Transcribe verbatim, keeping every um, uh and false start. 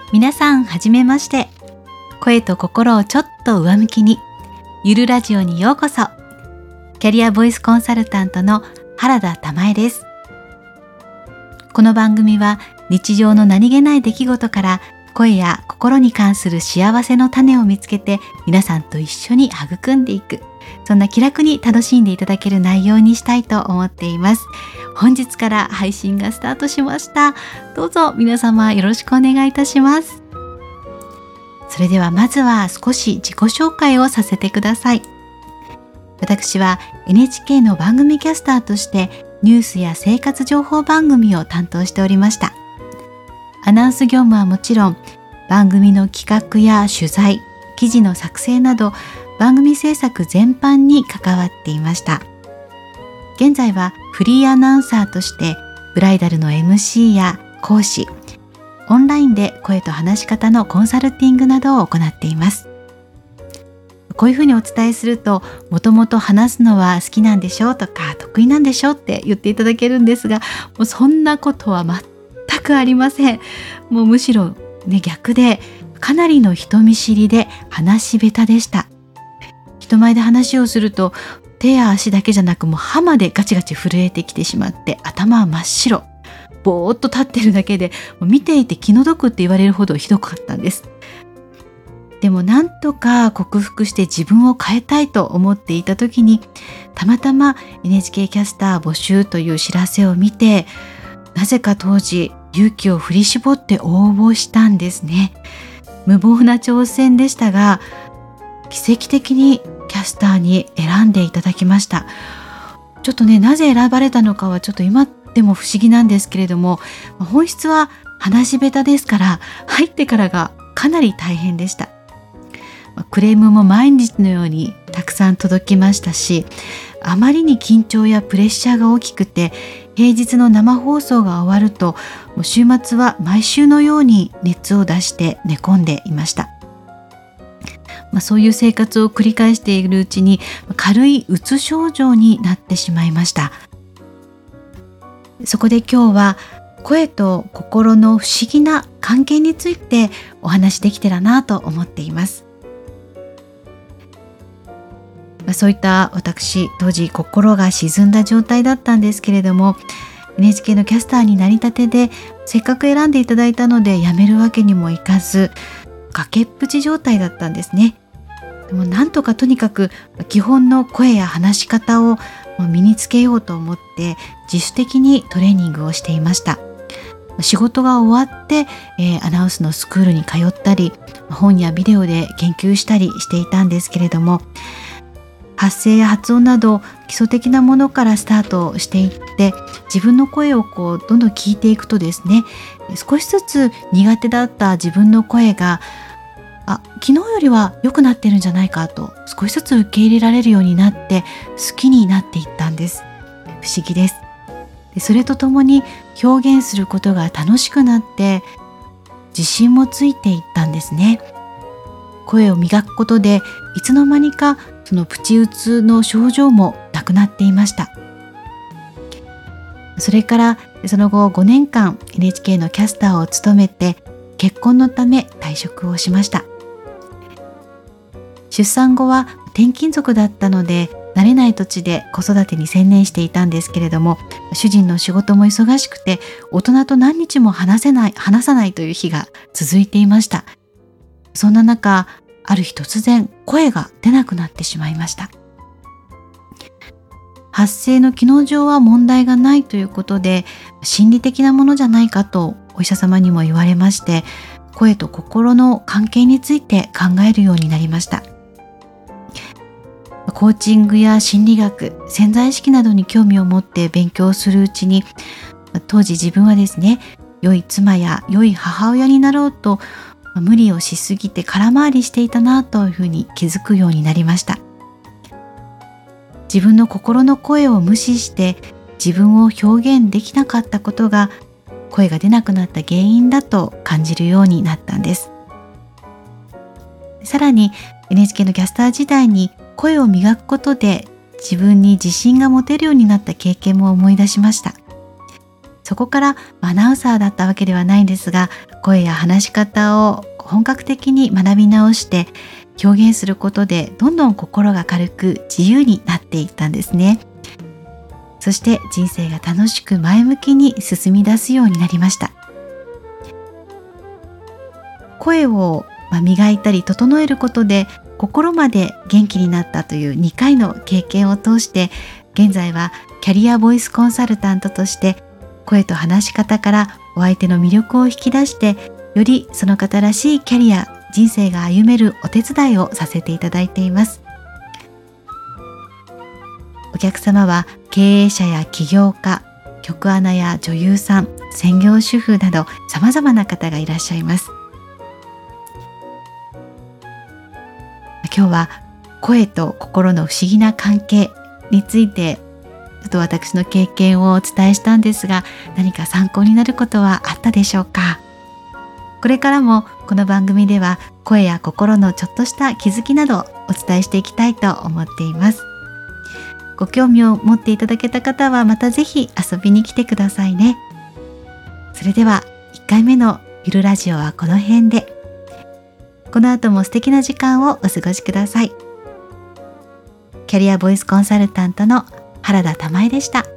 皆さんはじめまして。声と心をちょっと上向きに、ゆるラジオにようこそ。キャリアボイスコンサルタントの原田珠恵です。この番組は日常の何気ない出来事から声や心に関する幸せの種を見つけて皆さんと一緒に育んでいく、そんな気楽に楽しんでいただける内容にしたいと思っています。本日から配信がスタートしました。どうぞ皆様よろしくお願いいたします。それではまずは少し自己紹介をさせてください。私は エヌエイチケー の番組キャスターとしてニュースや生活情報番組を担当しておりました。アナウンス業務はもちろん、番組の企画や取材、記事の作成など番組制作全般に関わっていました。現在はフリーアナウンサーとしてブライダルの エムシー や講師、オンラインで声と話し方のコンサルティングなどを行っています。こういうふうにお伝えすると、もともと話すのは好きなんでしょうとか得意なんでしょうって言っていただけるんですが、もうそんなことは全くありません。もうむしろ、ね、逆でかなりの人見知りで話し下手でした。人前で話をすると手や足だけじゃなく、もう歯までガチガチ震えてきてしまって、頭は真っ白、ぼーっと立ってるだけでもう見ていて気の毒って言われるほどひどかったんです。でもなんとか克服して自分を変えたいと思っていた時に、たまたま エヌエイチケー キャスター募集という知らせを見て、なぜか当時勇気を振り絞って応募したんですね。無謀な挑戦でしたが、奇跡的にキャスターに選んでいただきました。ちょっとね、なぜ選ばれたのかはちょっと今でも不思議なんですけれども、本質は話し下手ですから、入ってからがかなり大変でした。クレームも毎日のようにたくさん届きましたし、あまりに緊張やプレッシャーが大きくて、平日の生放送が終わると、もう週末は毎週のように熱を出して寝込んでいました。まあ、そういう生活を繰り返しているうちに軽いうつ症状になってしまいました。そこで今日は声と心の不思議な関係についてお話できてらなと思っています。まあ、そういった私、当時心が沈んだ状態だったんですけれども、 エヌエイチケー のキャスターになりたてでせっかく選んでいただいたので辞めるわけにもいかず、崖っぷち状態だったんですね。でもなんとかとにかく基本の声や話し方を身につけようと思って自主的にトレーニングをしていました。仕事が終わって、えー、アナウンスのスクールに通ったり、本やビデオで研究したりしていたんですけれども、発声や発音など基礎的なものからスタートしていって、自分の声をこうどんどん聞いていくとですね、少しずつ苦手だった自分の声があ昨日よりは良くなってるんじゃないかと少しずつ受け入れられるようになって、好きになっていったんです。不思議です。でそれとともに表現することが楽しくなって、自信もついていったんですね。声を磨くことでいつの間にかそのプチうつの症状もなくなっていました。それからその後ごねんかん エヌエイチケー のキャスターを務めて、結婚のため退職をしました。出産後は転勤族だったので、慣れない土地で子育てに専念していたんですけれども、主人の仕事も忙しくて、大人と何日も話せない話さないという日が続いていました。そんな中、ある日突然声が出なくなってしまいました。発声の機能上は問題がないということで、心理的なものじゃないかとお医者様にも言われまして、声と心の関係について考えるようになりました。コーチングや心理学、潜在意識などに興味を持って勉強するうちに、当時自分はですね、良い妻や良い母親になろうと無理をしすぎて空回りしていたなというふうに気づくようになりました。自分の心の声を無視して自分を表現できなかったことが、声が出なくなった原因だと感じるようになったんです。さらに エヌエイチケー のキャスター時代に声を磨くことで自分に自信が持てるようになった経験も思い出しました。そこからアナウンサーだったわけではないんですが、 声や話し方を本格的に学び直して表現することでどんどん心が軽く自由になっていったんですね。そして人生が楽しく前向きに進み出すようになりました。声を磨いたり整えることで心まで元気になったというにかいの経験を通して、現在はキャリアボイスコンサルタントとして声と話し方からお相手の魅力を引き出して、よりその方らしいキャリア、人生が歩めるお手伝いをさせていただいています。お客様は経営者や起業家、局アナや女優さん、専業主婦など様々な方がいらっしゃいます。今日は声と心の不思議な関係についてちょっと私の経験をお伝えしたんですが、何か参考になることはあったでしょうか。これからもこの番組では声や心のちょっとした気づきなどをお伝えしていきたいと思っています。ご興味を持っていただけた方はまたぜひ遊びに来てくださいね。それではいっかいめのゆるラジオはこの辺で。この後も素敵な時間をお過ごしください。キャリアボイスコンサルタントの原田珠恵でした。